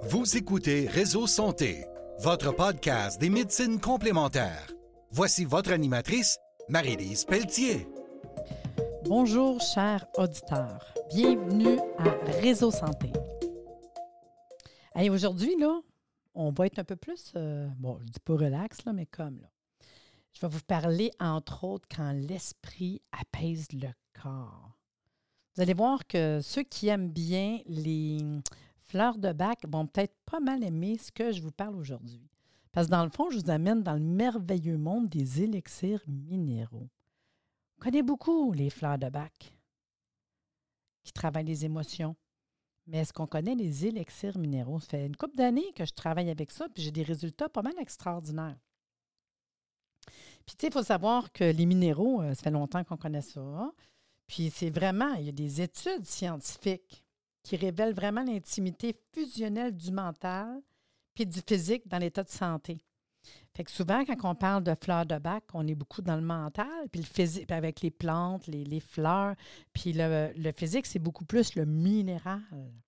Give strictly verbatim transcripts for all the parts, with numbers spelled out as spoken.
Vous écoutez Réseau Santé, votre podcast des médecines complémentaires. Voici votre animatrice, Marie-Lise Pelletier. Bonjour, chers auditeurs. Bienvenue à Réseau Santé. Hey, aujourd'hui, là, on va être un peu plus, euh, bon, je dis pas relax, là, mais comme là. Je vais vous parler, entre autres, quand l'esprit apaise le corps. Vous allez voir que ceux qui aiment bien les fleurs de bac vont peut-être pas mal aimer ce que je vous parle aujourd'hui. Parce que dans le fond, je vous amène dans le merveilleux monde des élixirs minéraux. On connaît beaucoup les fleurs de bac qui travaillent les émotions. Mais est-ce qu'on connaît les élixirs minéraux? Ça fait une couple d'années que je travaille avec ça, puis j'ai des résultats pas mal extraordinaires. Puis, tu sais, il faut savoir que les minéraux, ça fait longtemps qu'on connaît ça. Puis, c'est vraiment, il y a des études scientifiques qui révèlent vraiment l'intimité fusionnelle du mental puis du physique dans l'état de santé. Fait que souvent, quand on parle de fleurs de bac, on est beaucoup dans le mental, puis le physique, puis avec les plantes, les, les fleurs, puis le, le physique, c'est beaucoup plus le minéral.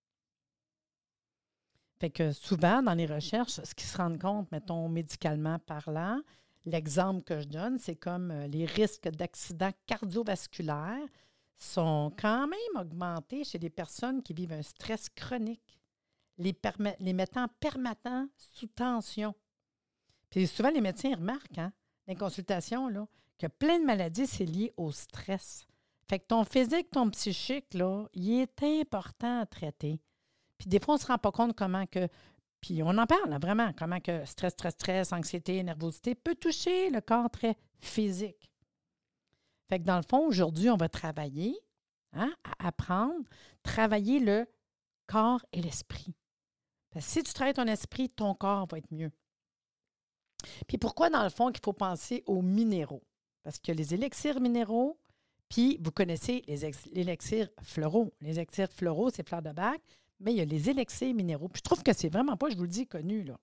Fait que souvent, dans les recherches, ce qu'ils se rendent compte, mettons, médicalement parlant, l'exemple que je donne, c'est comme les risques d'accidents cardiovasculaires sont quand même augmentés chez des personnes qui vivent un stress chronique, les, permet, les mettant permanemment sous tension. Puis souvent, les médecins remarquent, hein, dans les consultations, là, que plein de maladies, c'est lié au stress. Fait que ton physique, ton psychique, là, il est important à traiter. Puis des fois, on ne se rend pas compte comment que, puis on en parle, là, vraiment, comment que stress, stress, stress, anxiété, nervosité peut toucher le corps très physique. Fait que dans le fond, aujourd'hui, on va travailler, hein, à apprendre, travailler le corps et l'esprit. Parce que si tu travailles ton esprit, ton corps va être mieux. Puis pourquoi, dans le fond, qu'il faut penser aux minéraux? Parce qu'il y a les élixirs minéraux, puis vous connaissez les ex- élixirs floraux. Les élixirs floraux, c'est fleurs de bac, mais il y a les élixirs minéraux. Puis je trouve que c'est vraiment pas, je vous le dis, connu, là.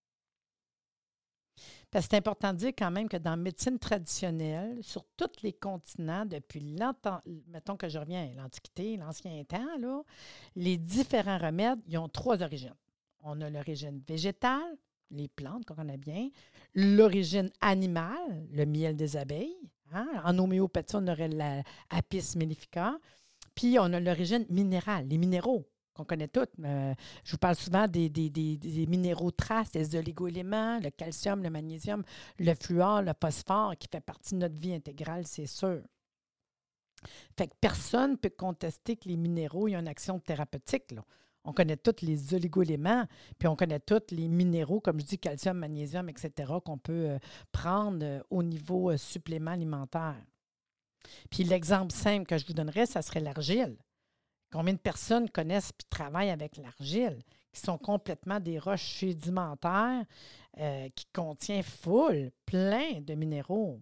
Parce que c'est important de dire quand même que dans la médecine traditionnelle, sur tous les continents, depuis longtemps, mettons que je reviens à l'Antiquité, l'ancien temps, là, les différents remèdes, ils ont trois origines. On a l'origine végétale, les plantes qu'on connaît bien, l'origine animale, le miel des abeilles. Hein? En homéopathie, on aurait l'Apis mellifica. Puis on a l'origine minérale, les minéraux qu'on connaît toutes. Euh, je vous parle souvent des, des, des, des minéraux traces, des oligo-éléments, le calcium, le magnésium, le fluor, le phosphore, qui fait partie de notre vie intégrale, c'est sûr. Fait que personne ne peut contester que les minéraux, ils ont une action thérapeutique, là. On connaît tous les oligo-éléments, puis on connaît tous les minéraux, comme je dis, calcium, magnésium, et cetera, qu'on peut euh, prendre euh, au niveau euh, supplément alimentaire. Puis l'exemple simple que je vous donnerais, ça serait l'argile. Combien de personnes connaissent et travaillent avec l'argile, qui sont complètement des roches sédimentaires, euh, qui contiennent full, plein de minéraux.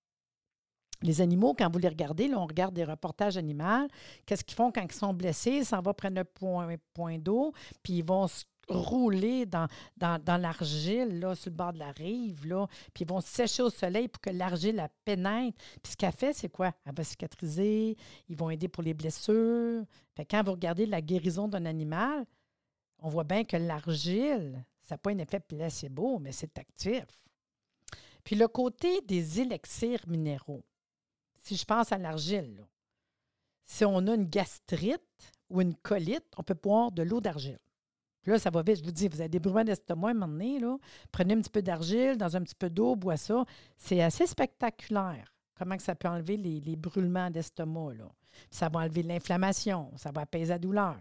Les animaux, quand vous les regardez, là, on regarde des reportages animaux, qu'est-ce qu'ils font quand ils sont blessés? Ils s'en vont prendre un point, point d'eau, puis ils vont se rouler dans, dans, dans l'argile, là, sur le bord de la rive, là, puis ils vont se sécher au soleil pour que l'argile la pénètre. Puis ce qu'elle fait, c'est quoi? Elle va cicatriser, ils vont aider pour les blessures. Fait que quand vous regardez la guérison d'un animal, on voit bien que l'argile, ça n'a pas un effet placebo, mais c'est actif. Puis le côté des élixirs minéraux, si je pense à l'argile, là, si on a une gastrite ou une colite, on peut boire de l'eau d'argile. Puis là, ça va vite. Je vous dis, vous avez des brûlements d'estomac à un moment donné, là, prenez un petit peu d'argile dans un petit peu d'eau, bois ça. C'est assez spectaculaire comment que ça peut enlever les, les brûlements d'estomac, là. Ça va enlever l'inflammation, ça va apaiser la douleur.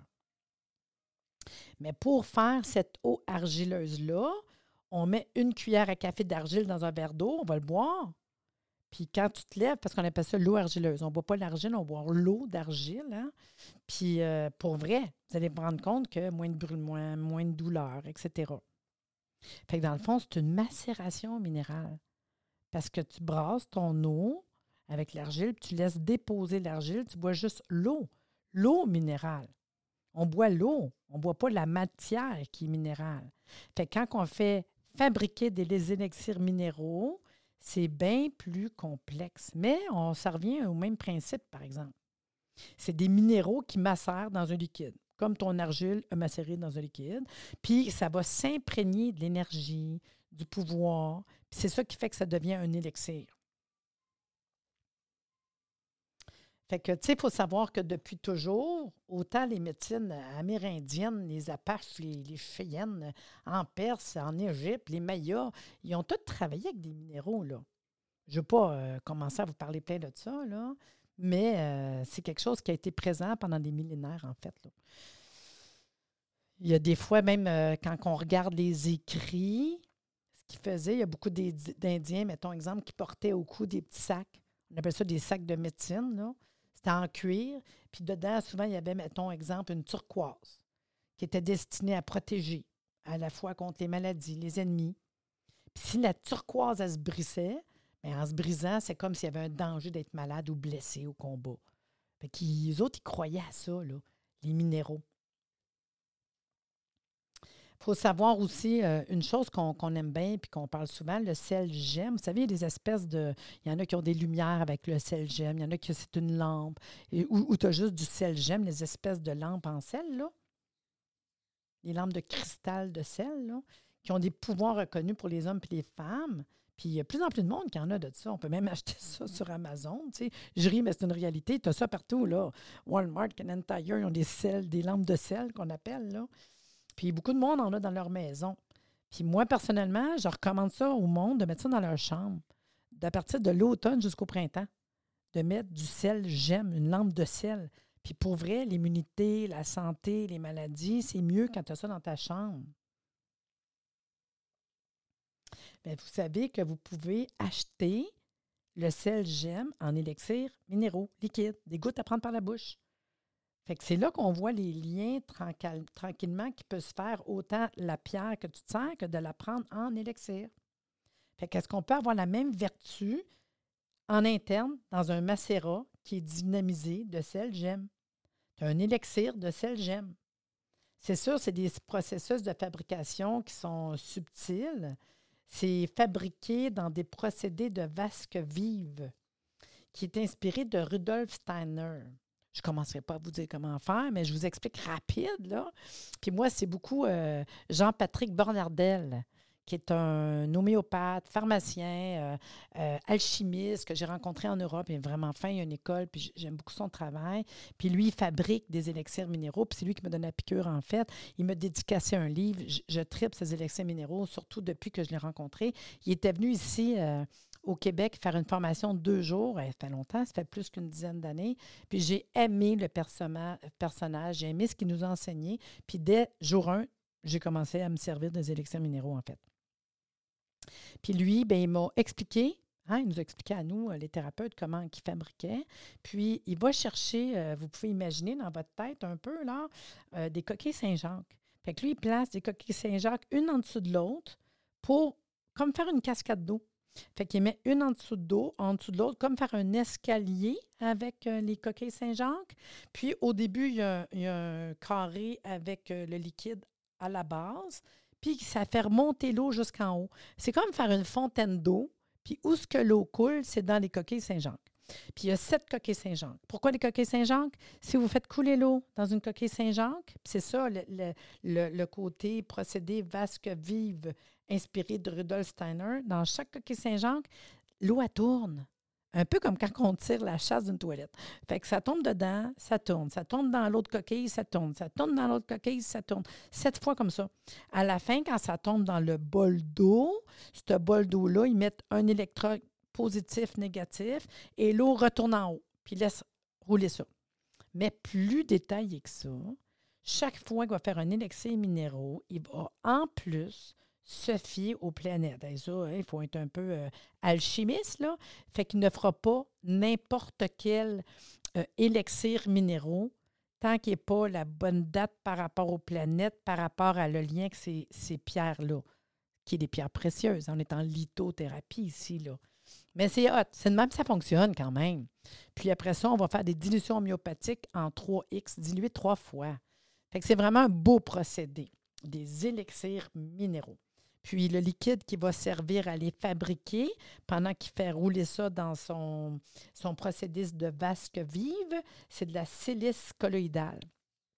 Mais pour faire cette eau argileuse-là, on met une cuillère à café d'argile dans un verre d'eau, on va le boire. Puis quand tu te lèves, parce qu'on appelle ça l'eau argileuse, on ne boit pas l'argile, on boit l'eau d'argile. Hein? Puis euh, pour vrai, vous allez vous rendre compte que moins de brûle, moins, moins de douleur, et cetera. Fait que dans le fond, c'est une macération minérale. Parce que tu brasses ton eau avec l'argile, puis tu laisses déposer l'argile, tu bois juste l'eau, l'eau minérale. On boit l'eau, on ne boit pas la matière qui est minérale. Fait que quand on fait fabriquer des élixirs minéraux, c'est bien plus complexe. Mais on, ça revient au même principe, par exemple. C'est des minéraux qui macèrent dans un liquide. comme ton argile macérée dans un liquide. Puis ça va s'imprégner de l'énergie, du pouvoir. Puis c'est ça qui fait que ça devient un élixir. Fait que, tu sais, il faut savoir que depuis toujours, autant les médecines amérindiennes, les Apaches, les, les Cheyennes, en Perse, en Égypte, les Mayas, ils ont tous travaillé avec des minéraux, là. Je ne veux pas euh, commencer à vous parler plein de ça, là, mais euh, c'est quelque chose qui a été présent pendant des millénaires, en fait, là. Il y a des fois, même euh, quand on regarde les écrits, ce qu'ils faisaient, il y a beaucoup d'Indiens, mettons exemple, qui portaient au cou des petits sacs. On appelle ça des sacs de médecine, là. C'était en cuir. Puis dedans, souvent, il y avait, mettons, exemple, une turquoise qui était destinée à protéger à la fois contre les maladies, les ennemis. Puis si la turquoise, elle se brisait, bien, en se brisant, c'est comme s'il y avait un danger d'être malade ou blessé au combat. Fait qu'ils autres, ils croyaient à ça, là, les minéraux. Il faut savoir aussi euh, une chose qu'on qu'on aime bien et qu'on parle souvent, le sel gemme. Vous savez, il y a des espèces de... Il y en a qui ont des lumières avec le sel gemme. Il y en a qui c'est une lampe. Et, ou ou tu as juste du sel gemme, les espèces de lampes en sel, là. Les lampes de cristal de sel, là, qui ont des pouvoirs reconnus pour les hommes et les femmes. Puis il y a de plus en plus de monde qui en a de ça. On peut même acheter ça sur Amazon. Tu sais. Je ris, mais c'est une réalité. Tu as ça partout, là. Walmart, Canadian Tire, ils ont des sels, des lampes de sel qu'on appelle, là. Puis beaucoup de monde en a dans leur maison. Puis moi, personnellement, je recommande ça au monde de mettre ça dans leur chambre. À partir de l'automne jusqu'au printemps, de mettre du sel gemme, une lampe de sel. Puis pour vrai, l'immunité, la santé, les maladies, c'est mieux quand tu as ça dans ta chambre. Bien, vous savez que vous pouvez acheter le sel gemme en élixir minéraux, liquides, des gouttes à prendre par la bouche. Fait que c'est là qu'on voit les liens tranquille, tranquillement qui peuvent se faire autant la pierre que tu te sers que de la prendre en élixir. Fait qu'est-ce qu'on peut avoir la même vertu en interne dans un macérat qui est dynamisé de sel gemme? Tu as un élixir de sel gemme. C'est sûr, c'est des processus de fabrication qui sont subtils. C'est fabriqué dans des procédés de vasque vive qui est inspiré de Rudolf Steiner. Je ne commencerai pas à vous dire comment faire, mais je vous explique rapide, là. Puis moi, c'est beaucoup euh, Jean-Patrick Bornardel, qui est un homéopathe, pharmacien, euh, euh, alchimiste que j'ai rencontré en Europe. Il est vraiment fin, il a une école, puis j'aime beaucoup son travail. Puis lui, il fabrique des élixirs minéraux, puis c'est lui qui me donne la piqûre, en fait. Il m'a dédicacé un livre. Je, je tripe ces élixirs minéraux, surtout depuis que je l'ai rencontré. Il était venu ici... Euh, au Québec, faire une formation de deux jours. Ça fait longtemps, ça fait plus qu'une dizaine d'années. Puis j'ai aimé le persona- personnage, j'ai aimé ce qu'il nous a enseigné. Puis dès jour un, j'ai commencé à me servir des élixirs minéraux, en fait. Puis lui, bien, il m'a expliqué, hein, il nous a expliqué à nous, les thérapeutes, comment il fabriquait. Puis il va chercher, euh, vous pouvez imaginer dans votre tête un peu, là, euh, des coquilles Saint-Jacques. Fait que lui, il place des coquilles Saint-Jacques une en dessous de l'autre pour, comme faire une cascade d'eau. Fait qu'il met une en dessous d'eau, en dessous de l'autre, comme faire un escalier avec euh, les coquilles Saint-Jacques. Puis, au début, il y a, il y a un carré avec euh, le liquide à la base. Puis, ça fait remonter l'eau jusqu'en haut. C'est comme faire une fontaine d'eau. Puis, où ce que l'eau coule, c'est dans les coquilles Saint-Jacques. Puis, il y a sept coquilles Saint-Jacques. Pourquoi les coquilles Saint-Jacques? Si vous faites couler l'eau dans une coquille Saint-Jacques, puis c'est ça, le, le, le, le côté procédé vasque vive inspiré de Rudolf Steiner, dans chaque coquille Saint-Jacques, l'eau, elle tourne. Un peu comme quand on tire la chasse d'une toilette. Fait que ça tombe dedans, ça tourne. Ça tourne dans l'autre coquille, ça tourne. Ça tourne dans l'autre coquille, ça tourne. Sept fois comme ça. À la fin, quand ça tombe dans le bol d'eau, ce bol d'eau-là, ils mettent un électrode positif, négatif, et l'eau retourne en haut, puis laisse rouler ça. Mais plus détaillé que ça, chaque fois qu'il va faire un élixir minéraux, il va en plus se fier aux planètes. Et ça, hein, il faut être un peu euh, alchimiste, là. Fait qu'il ne fera pas n'importe quel euh, élixir minéraux tant qu'il n'y a pas la bonne date par rapport aux planètes, par rapport à le lien que ces, ces pierres-là, qui est des pierres précieuses. On est en lithothérapie ici, là. Mais c'est hot. C'est de même que ça fonctionne quand même. Puis après ça, on va faire des dilutions homéopathiques en trois X, diluées trois fois. Fait que c'est vraiment un beau procédé, des élixirs minéraux. Puis le liquide qui va servir à les fabriquer pendant qu'il fait rouler ça dans son, son procédé de vasque vive, c'est de la silice colloïdale.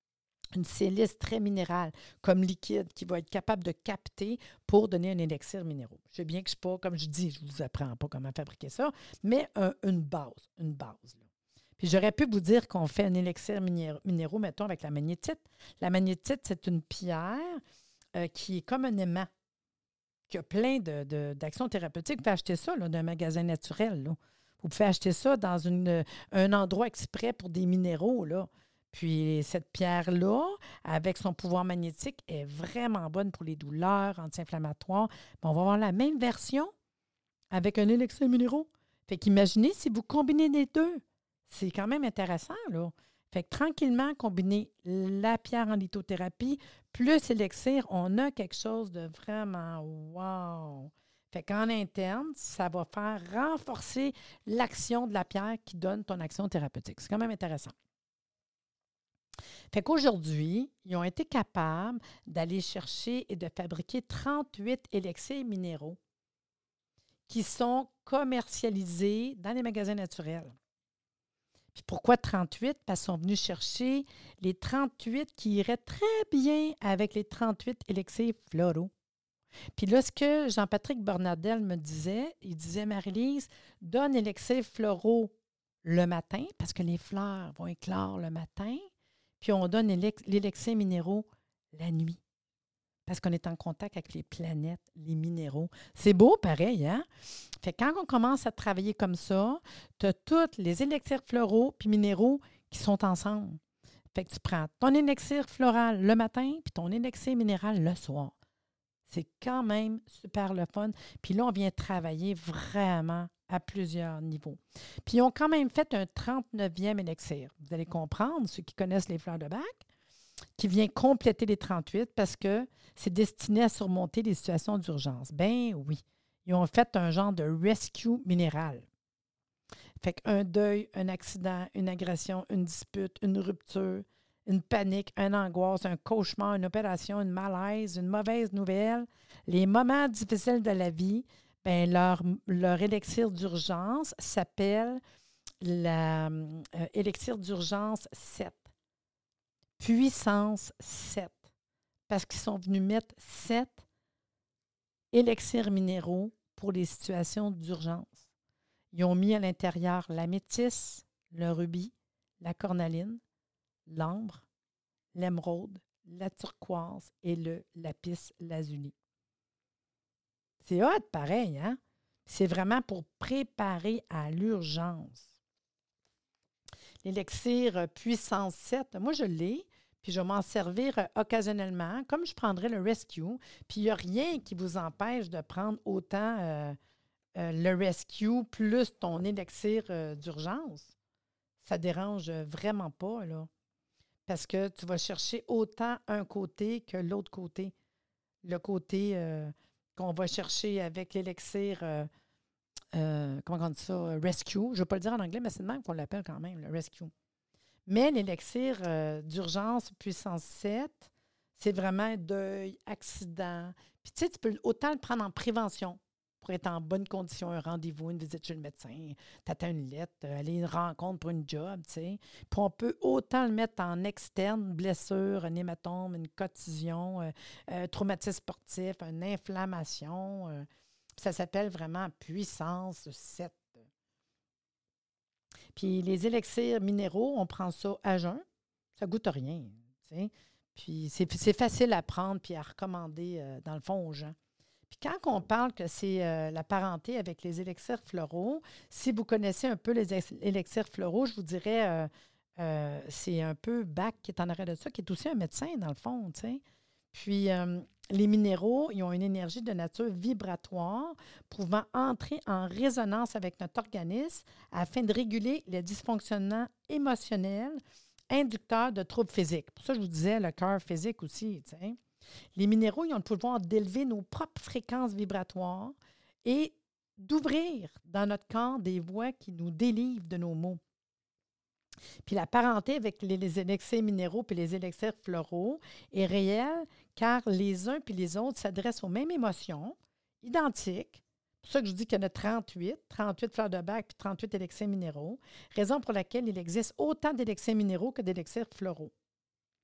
une silice très minérale, comme liquide, qui va être capable de capter pour donner un élixir minéraux. Je sais bien que je ne suis pas, comme je dis, je ne vous apprends pas comment fabriquer ça, mais un, une base, une base. Là. Puis j'aurais pu vous dire qu'on fait un élixir minéraux, mettons, avec la magnétite. La magnétite, c'est une pierre euh, qui est comme un aimant, qui a plein de, de, d'actions thérapeutiques. Vous pouvez acheter ça là, d'un magasin naturel. Là. Vous pouvez acheter ça dans une, un endroit exprès pour des minéraux, là. Puis cette pierre-là, avec son pouvoir magnétique, est vraiment bonne pour les douleurs anti-inflammatoires. Bon, on va avoir la même version avec un élixir minéraux. Fait qu'imaginez si vous combinez les deux. C'est quand même intéressant, là. Fait que tranquillement, combiner la pierre en lithothérapie plus élixir, on a quelque chose de vraiment wow! Fait qu'en interne, ça va faire renforcer l'action de la pierre qui donne ton action thérapeutique. C'est quand même intéressant. Fait qu'aujourd'hui, ils ont été capables d'aller chercher et de fabriquer trente-huit élixirs minéraux qui sont commercialisés dans les magasins naturels. Puis pourquoi trente-huit? Parce qu'ils sont venus chercher les trente-huit qui iraient très bien avec les trente-huit élixirs floraux. Puis là, ce que Jean-Patrick Bernardel me disait, il disait, Marie-Lise, donne élixirs floraux le matin, parce que les fleurs vont éclore le matin, puis on donne l'élixir minéraux la nuit, parce qu'on est en contact avec les planètes, les minéraux. C'est beau, pareil, hein? Fait que quand on commence à travailler comme ça, tu as tous les élixirs floraux puis minéraux qui sont ensemble. Fait que tu prends ton élixir floral le matin puis ton élixir minéral le soir. C'est quand même super le fun. Puis là, on vient travailler vraiment à plusieurs niveaux. Puis ils ont quand même fait un trente-neuvième élixir. Vous allez comprendre, ceux qui connaissent les fleurs de bac, qui vient compléter les trente-huit parce que c'est destiné à surmonter les situations d'urgence. Ben oui, ils ont fait un genre de rescue minéral. Fait qu'un deuil, un accident, une agression, une dispute, une rupture, une panique, une angoisse, un cauchemar, une opération, une malaise, une mauvaise nouvelle, les moments difficiles de la vie, ben leur, leur élixir d'urgence s'appelle l'élixir euh, d'urgence sept. Puissance sept. Parce qu'ils sont venus mettre sept élixirs minéraux pour les situations d'urgence. Ils ont mis à l'intérieur la métisse, le rubis, la cornaline, l'ambre, l'émeraude, la turquoise et le lapis lazuli. C'est hot, pareil, hein? C'est vraiment pour préparer à l'urgence. L'élixir puissance sept, moi je l'ai, puis je vais m'en servir occasionnellement, comme je prendrais le Rescue. Puis il n'y a rien qui vous empêche de prendre autant euh, euh, le Rescue plus ton élixir euh, d'urgence. Ça ne dérange vraiment pas, là. Parce que tu vas chercher autant un côté que l'autre côté. Le côté euh, qu'on va chercher avec l'élixir, euh, euh, comment on dit ça, Rescue. Je ne vais pas le dire en anglais, mais c'est le même qu'on l'appelle quand même, le Rescue. Mais l'élixir euh, d'urgence puissance sept, c'est vraiment deuil, accident. Puis tu sais, tu peux autant le prendre en prévention pour être en bonne condition, un rendez-vous, une visite chez le médecin, tu attends une lettre, aller à une rencontre pour une job, tu sais. Puis on peut autant le mettre en externe, blessure, un hématome, une contusion, euh, euh, traumatisme sportif, une inflammation. Euh, ça s'appelle vraiment puissance sept. Puis les élixirs minéraux, on prend ça à jeun. Ça ne goûte rien, tu sais. Puis c'est, c'est facile à prendre puis à recommander, euh, dans le fond, aux gens. Puis quand on parle que c'est euh, la parenté avec les élixirs floraux, si vous connaissez un peu les ex- élixirs floraux, je vous dirais, euh, euh, c'est un peu Bach qui est en arrière de ça, qui est aussi un médecin, dans le fond, tu sais. Puis euh, les minéraux, ils ont une énergie de nature vibratoire pouvant entrer en résonance avec notre organisme afin de réguler les dysfonctionnements émotionnels inducteurs de troubles physiques. Pour ça, je vous disais, le cœur physique aussi, tu sais. Les minéraux, ils ont le pouvoir d'élever nos propres fréquences vibratoires et d'ouvrir dans notre corps des voies qui nous délivrent de nos maux. Puis la parenté avec les, les élixirs minéraux et les élixirs floraux est réelle car les uns puis les autres s'adressent aux mêmes émotions, identiques. C'est pour ça que je vous dis qu'il y en a trente-huit, trente-huit fleurs de bac puis trente-huit élixirs minéraux, raison pour laquelle il existe autant d'élixirs minéraux que d'élixirs floraux.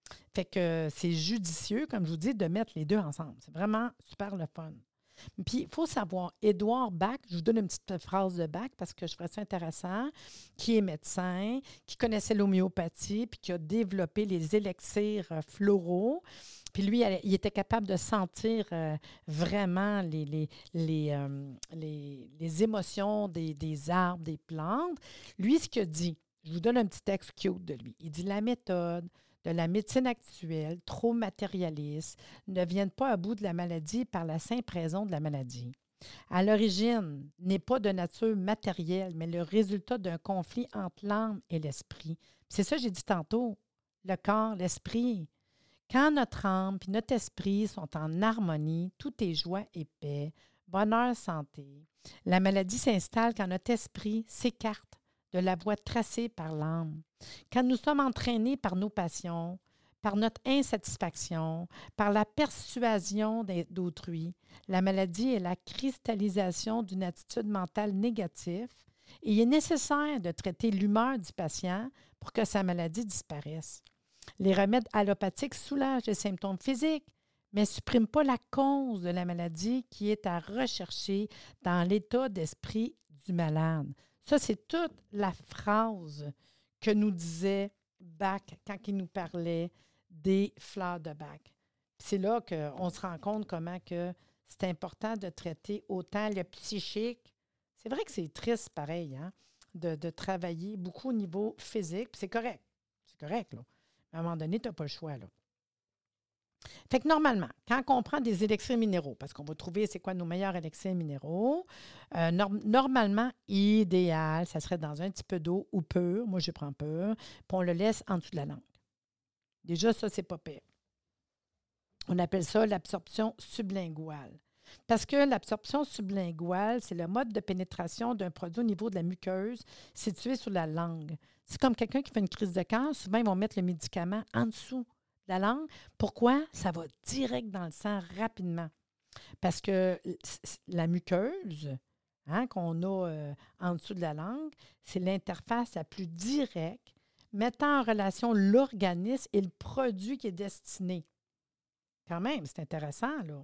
Fait que c'est judicieux, comme je vous dis, de mettre les deux ensemble. C'est vraiment super le fun. Puis, il faut savoir, Édouard Bach, je vous donne une petite phrase de Bach parce que je trouvais ça intéressant, qui est médecin, qui connaissait l'homéopathie, puis qui a développé les élixirs euh, floraux. Puis lui, il était capable de sentir euh, vraiment les, les, les, euh, les, les émotions des, des arbres, des plantes. Lui, ce qu'il a dit, je vous donne un petit texte cute de lui. Il dit « La méthode de la médecine actuelle, trop matérialiste, ne viennent pas à bout de la maladie par la simple raison de la maladie. À l'origine, n'est pas de nature matérielle, mais le résultat d'un conflit entre l'âme et l'esprit. C'est ça que j'ai dit tantôt, le corps, l'esprit. Quand notre âme et notre esprit sont en harmonie, tout est joie et paix, bonheur, santé. La maladie s'installe quand notre esprit s'écarte de la voie tracée par l'âme. Quand nous sommes entraînés par nos passions, par notre insatisfaction, par la persuasion d'autrui, la maladie est la cristallisation d'une attitude mentale négative et il est nécessaire de traiter l'humeur du patient pour que sa maladie disparaisse. Les remèdes allopathiques soulagent les symptômes physiques, mais ne suppriment pas la cause de la maladie qui est à rechercher dans l'état d'esprit du malade. Ça, c'est toute la phrase que nous disait Bach quand il nous parlait des fleurs de Bach. C'est là qu'on se rend compte comment que c'est important de traiter autant le psychique. C'est vrai que c'est triste, pareil, hein, de, de travailler beaucoup au niveau physique. Puis c'est correct. C'est correct, là. À un moment donné, tu n'as pas le choix, là. Fait que normalement, quand on prend des élixirs minéraux, parce qu'on va trouver c'est quoi nos meilleurs élixirs minéraux, euh, norm- normalement, idéal, ça serait dans un petit peu d'eau ou pur. Moi, je prends pur. Puis on le laisse en dessous de la langue. Déjà, ça, c'est pas pire. On appelle ça l'absorption sublinguale. Parce que l'absorption sublinguale, c'est le mode de pénétration d'un produit au niveau de la muqueuse situé sur la langue. C'est comme quelqu'un qui fait une crise de cœur, souvent, ils vont mettre le médicament en dessous de la langue. Pourquoi? Ça va direct dans le sang rapidement. Parce que la muqueuse, hein, qu'on a euh, en dessous de la langue, c'est l'interface la plus directe mettant en relation l'organisme et le produit qui est destiné. Quand même, c'est intéressant, là.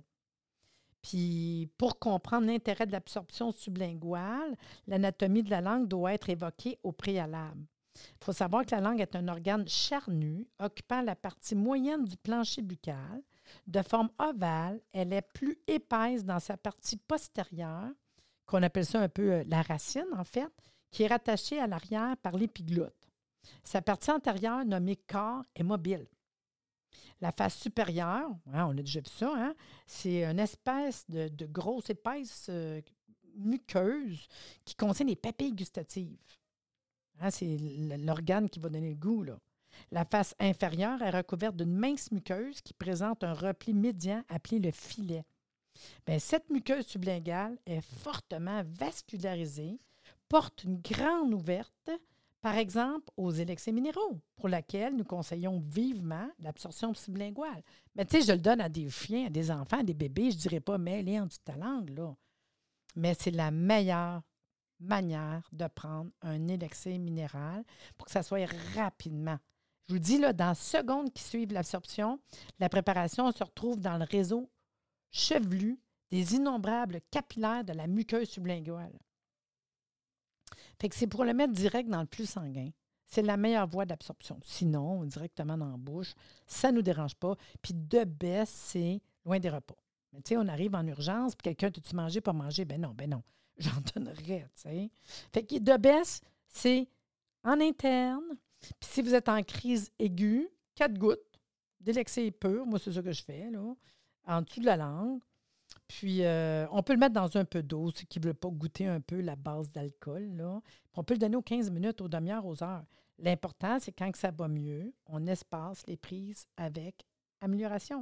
Puis, pour comprendre l'intérêt de l'absorption sublinguale, l'anatomie de la langue doit être évoquée au préalable. Il faut savoir que la langue est un organe charnu, occupant la partie moyenne du plancher buccal. De forme ovale, elle est plus épaisse dans sa partie postérieure, qu'on appelle ça un peu euh, la racine, en fait, qui est rattachée à l'arrière par l'épiglotte. Sa partie antérieure, nommée corps, est mobile. La face supérieure, hein, on a déjà vu ça, hein, c'est une espèce de, de grosse épaisse euh, muqueuse qui contient des papilles gustatives. Hein, c'est l'organe qui va donner le goût, là. La face inférieure est recouverte d'une mince muqueuse qui présente un repli médian appelé le filet. Bien, cette muqueuse sublinguale est fortement vascularisée, porte une grande ouverte, par exemple, aux élixirs minéraux, pour laquelle nous conseillons vivement l'absorption sublinguale. Mais tu sais, je le donne à des chiens, à des enfants, à des bébés, je ne dirais pas, mets-les en dessous de ta langue, là. Mais c'est la meilleure manière de prendre un élixir minéral pour que ça soit rapidement. Je vous dis, là, dans les secondes qui suivent l'absorption, la préparation se retrouve dans le réseau chevelu des innombrables capillaires de la muqueuse sublinguale. Fait que c'est pour le mettre direct dans le flux sanguin. C'est la meilleure voie d'absorption. Sinon, directement dans la bouche, ça ne nous dérange pas. Puis de baisse, c'est loin des repas. Mais tu sais, on arrive en urgence, puis quelqu'un, t'as-tu mangé, pas mangé? Ben non, ben non. J'en donnerais, tu sais. Fait que de baisse, c'est en interne. Puis si vous êtes en crise aiguë, quatre gouttes d'élixir pur, moi, c'est ça que je fais, là, en dessous de la langue. Puis, euh, on peut le mettre dans un peu d'eau, ceux qui ne veulent pas goûter un peu la base d'alcool, là. Puis on peut le donner aux quinze minutes, aux demi-heures, aux heures. L'important, c'est quand que ça va mieux, on espace les prises avec amélioration.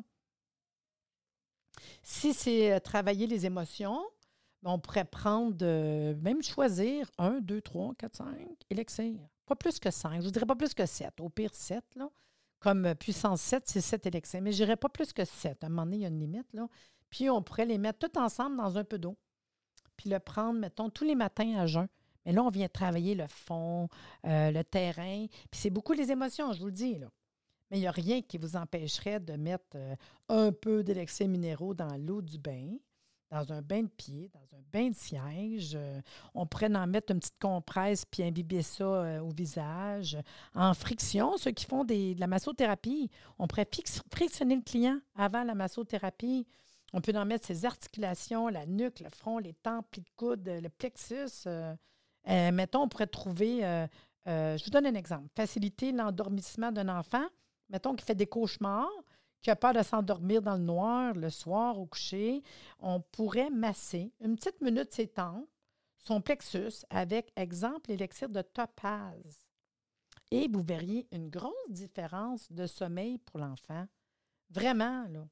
Si c'est euh, travailler les émotions, on pourrait prendre, euh, même choisir un, deux, trois, quatre, cinq élixirs. Pas plus que cinq. Je ne dirais pas plus que sept. Au pire, sept, là. Comme euh, puissance sept, c'est sept élixirs. Mais je dirais pas plus que sept. À un moment donné, il y a une limite, là. Puis on pourrait les mettre tous ensemble dans un peu d'eau. Puis le prendre, mettons, tous les matins à jeun. Mais là, on vient travailler le fond, euh, le terrain. Puis c'est beaucoup les émotions, je vous le dis, là. Mais il n'y a rien qui vous empêcherait de mettre euh, un peu d'élixirs minéraux dans l'eau du bain, dans un bain de pied, dans un bain de siège. Euh, on pourrait en mettre une petite compresse puis imbiber ça euh, au visage. En friction, ceux qui font des, de la massothérapie, on pourrait fix- frictionner le client avant la massothérapie. On peut en mettre ses articulations, la nuque, le front, les tempes, plis de coude, le plexus. Euh, euh, mettons, on pourrait trouver, euh, euh, je vous donne un exemple, faciliter l'endormissement d'un enfant, mettons qu'il fait des cauchemars, qui a peur de s'endormir dans le noir le soir au coucher, on pourrait masser une petite minute ses tempes, son plexus avec, exemple, l'élixir de topaze. Et vous verriez une grosse différence de sommeil pour l'enfant. Vraiment, là.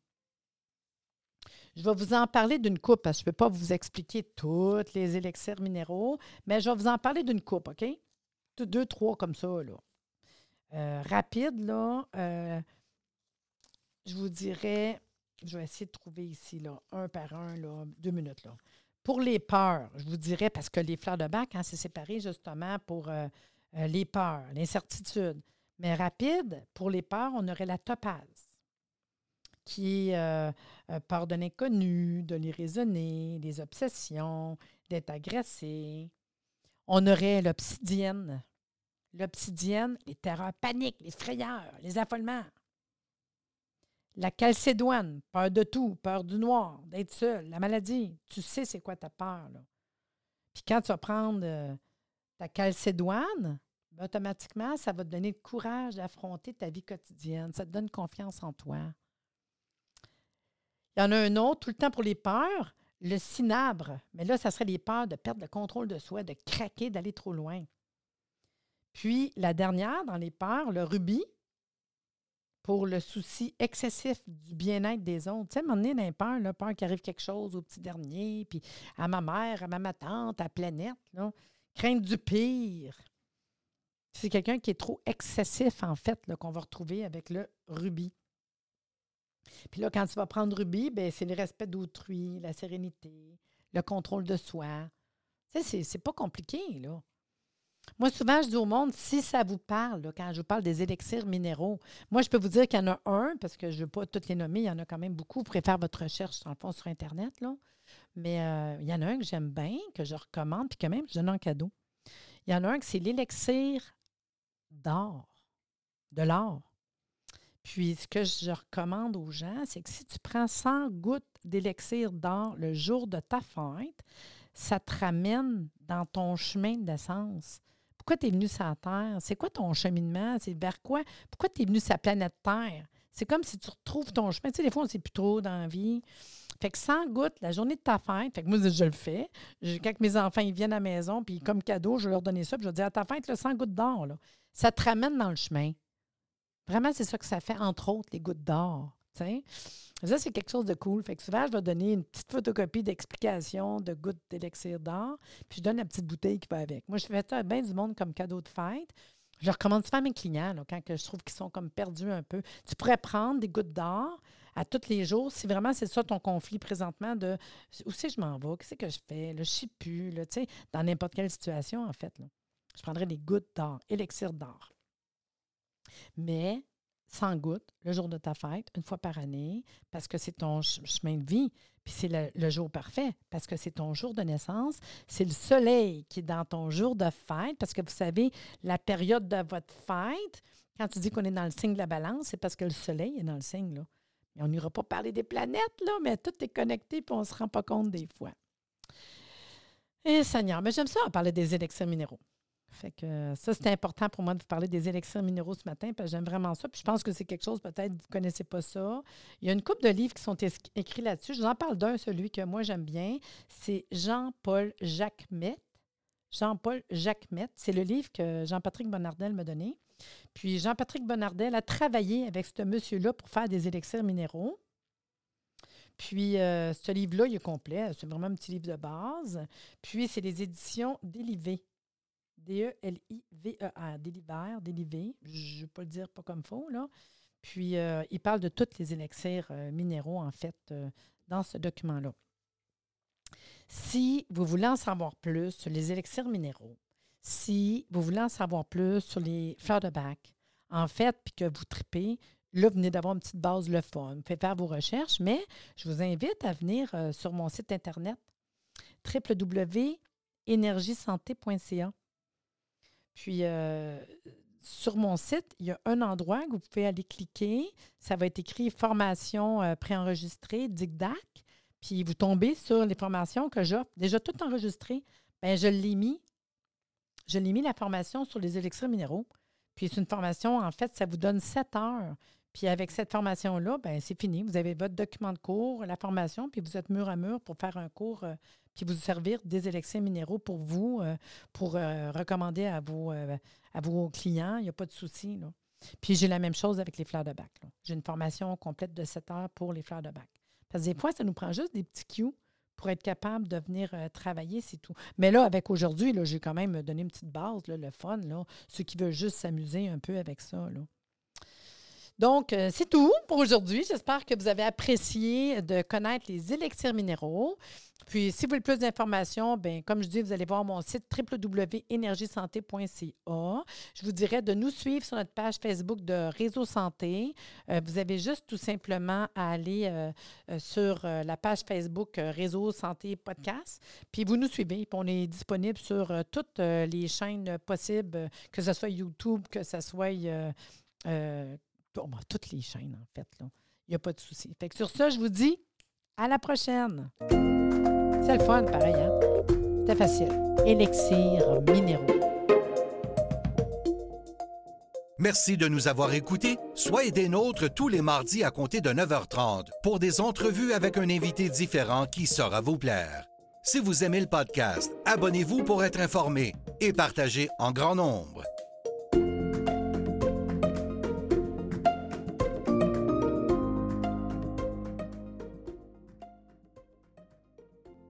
Je vais vous en parler d'une coupe, parce que je ne peux pas vous expliquer tous les élixirs minéraux, mais je vais vous en parler d'une coupe, OK? Deux, trois comme ça, là. Euh, rapide, là. Euh, je vous dirais, je vais essayer de trouver ici, là, un par un, là, deux minutes, là. Pour les peurs, je vous dirais, parce que les fleurs de bac, hein, c'est séparé justement pour euh, euh, les peurs, l'incertitude. Mais rapide, pour les peurs, on aurait la topaze, qui est euh, euh, peur de l'inconnu, de l'irraisonné, les obsessions, d'être agressé. On aurait l'obsidienne. L'obsidienne, les terreurs paniques, les frayeurs, les affolements. La calcédoine, peur de tout, peur du noir, d'être seul, la maladie. Tu sais c'est quoi ta peur, là. Puis quand tu vas prendre euh, ta calcédoine, ben, automatiquement, ça va te donner le courage d'affronter ta vie quotidienne. Ça te donne confiance en toi. Il y en a un autre, tout le temps pour les peurs, le cinabre. Mais là, ça serait les peurs de perdre le contrôle de soi, de craquer, d'aller trop loin. Puis, la dernière, dans les peurs, le rubis, pour le souci excessif du bien-être des autres. Tu sais, à un moment donné, dans les peurs, là, peur qu'il arrive quelque chose au petit dernier, puis à ma mère, à ma, ma tante, à la planète, là, crainte du pire. C'est quelqu'un qui est trop excessif, en fait, là, qu'on va retrouver avec le rubis. Puis là, quand tu vas prendre rubis, bien, c'est le respect d'autrui, la sérénité, le contrôle de soi. Tu sais, c'est, c'est pas compliqué, là. Moi, souvent, je dis au monde, si ça vous parle, là, quand je vous parle des élixirs minéraux, moi, je peux vous dire qu'il y en a un, parce que je ne veux pas toutes les nommer, il y en a quand même beaucoup. Vous pourrez faire votre recherche, dans le fond, sur Internet, là. Mais euh, il y en a un que j'aime bien, que je recommande, puis quand même, je donne en cadeau. Il y en a un que c'est l'élixir d'or, de l'or. Puis, ce que je recommande aux gens, c'est que si tu prends cent gouttes d'élixir d'or le jour de ta fête, ça te ramène dans ton chemin d'essence. Pourquoi tu es venu sur la Terre? C'est quoi ton cheminement? C'est vers quoi? Pourquoi tu es venu sur la planète Terre? C'est comme si tu retrouves ton chemin. Tu sais, des fois, on ne sait plus trop dans la vie. Fait que cent gouttes, la journée de ta fête, fait que moi, je le fais. Je, quand mes enfants ils viennent à la maison, puis comme cadeau, je vais leur donner ça, puis je vais dire à ta fête, là, cent gouttes d'or, là, ça te ramène dans le chemin. Vraiment, c'est ça que ça fait, entre autres, les gouttes d'or. T'sais? Ça, c'est quelque chose de cool. Fait que souvent, je vais donner une petite photocopie d'explication de gouttes d'élixir d'or, puis je donne la petite bouteille qui va avec. Moi, je fais ça à bien du monde comme cadeau de fête. Je le recommande souvent à mes clients, là, quand que je trouve qu'ils sont comme perdus un peu. Tu pourrais prendre des gouttes d'or à tous les jours, si vraiment c'est ça ton conflit présentement de où c'est que je m'en vais, qu'est-ce que je fais, là, je ne sais plus, là, dans n'importe quelle situation, en fait. Là. Je prendrais des gouttes d'or, élixir d'or. Mais cent gouttes le jour de ta fête, une fois par année, parce que c'est ton ch- chemin de vie, puis c'est le, le jour parfait, parce que c'est ton jour de naissance, c'est le soleil qui est dans ton jour de fête, parce que vous savez, la période de votre fête, quand tu dis qu'on est dans le signe de la balance, c'est parce que le soleil est dans le signe, là. Mais on n'ira pas parler des planètes, là, mais tout est connecté, puis on ne se rend pas compte des fois. Eh Seigneur, mais j'aime ça, parler des élixirs minéraux. Fait que ça, c'était important pour moi de vous parler des élixirs minéraux ce matin, parce que j'aime vraiment ça. Puis je pense que c'est quelque chose, peut-être, vous ne connaissez pas ça. Il y a une couple de livres qui sont es- écrits là-dessus. Je vous en parle d'un, celui que moi, j'aime bien. C'est Jean-Paul Jacquemet. Jean-Paul Jacquemet. C'est le livre que Jean-Patrick Bonnardel m'a donné. Puis Jean-Patrick Bonnardel a travaillé avec ce monsieur-là pour faire des élixirs minéraux. Puis, euh, ce livre-là, il est complet. C'est vraiment un petit livre de base. Puis, c'est les éditions Délivé. D E L I V E R, Déliver, Délivé, je ne vais pas le dire pas comme faux, là. Puis, euh, il parle de tous les élixirs euh, minéraux, en fait, euh, dans ce document-là. Si vous voulez en savoir plus sur les élixirs minéraux, si vous voulez en savoir plus sur les fleurs de bac, en fait, puis que vous tripez, là, vous venez d'avoir une petite base le fun. Vous faites faire vos recherches, mais je vous invite à venir euh, sur mon site Internet w w w point énergie santé point c a. Puis, euh, sur mon site, il y a un endroit que vous pouvez aller cliquer. Ça va être écrit « Formation euh, préenregistrée, D I C D A C ». Puis, vous tombez sur les formations que j'offre. Déjà, tout enregistré. Bien, je l'ai mis. Je l'ai mis, la formation sur les élixirs minéraux. Puis, c'est une formation, en fait, ça vous donne sept heures. Puis, avec cette formation-là, bien, c'est fini. Vous avez votre document de cours, la formation, puis vous êtes mur à mur pour faire un cours, euh, puis vous servir des élixirs minéraux pour vous, euh, pour euh, recommander à vos, euh, à vos clients. Il n'y a pas de souci, là. Puis, j'ai la même chose avec les fleurs de bac, là. J'ai une formation complète de sept heures pour les fleurs de bac. Parce que des fois, ça nous prend juste des petits cues pour être capable de venir euh, travailler, c'est tout. Mais là, avec aujourd'hui, là, j'ai quand même donné une petite base, là, le fun, là, ceux qui veulent juste s'amuser un peu avec ça, là. Donc, euh, c'est tout pour aujourd'hui. J'espère que vous avez apprécié de connaître les élixirs minéraux. Puis, si vous voulez plus d'informations, bien, comme je dis, vous allez voir mon site w w w point énergie santé point c a. Je vous dirais de nous suivre sur notre page Facebook de Réseau Santé. Euh, vous avez juste tout simplement à aller euh, euh, sur euh, la page Facebook euh, Réseau Santé Podcast. Puis, vous nous suivez. Puis, on est disponible sur euh, toutes euh, les chaînes possibles, euh, que ce soit YouTube, que ce soit... Euh, euh, Bon, ben, toutes les chaînes, en fait, là. Il n'y a pas de souci. Fait que sur ça, je vous dis à la prochaine. C'est le fun, pareil, hein? C'était facile. Élixirs minéraux. Merci de nous avoir écoutés. Soyez des nôtres tous les mardis à compter de neuf heures trente pour des entrevues avec un invité différent qui saura vous plaire. Si vous aimez le podcast, abonnez-vous pour être informé et partagez en grand nombre.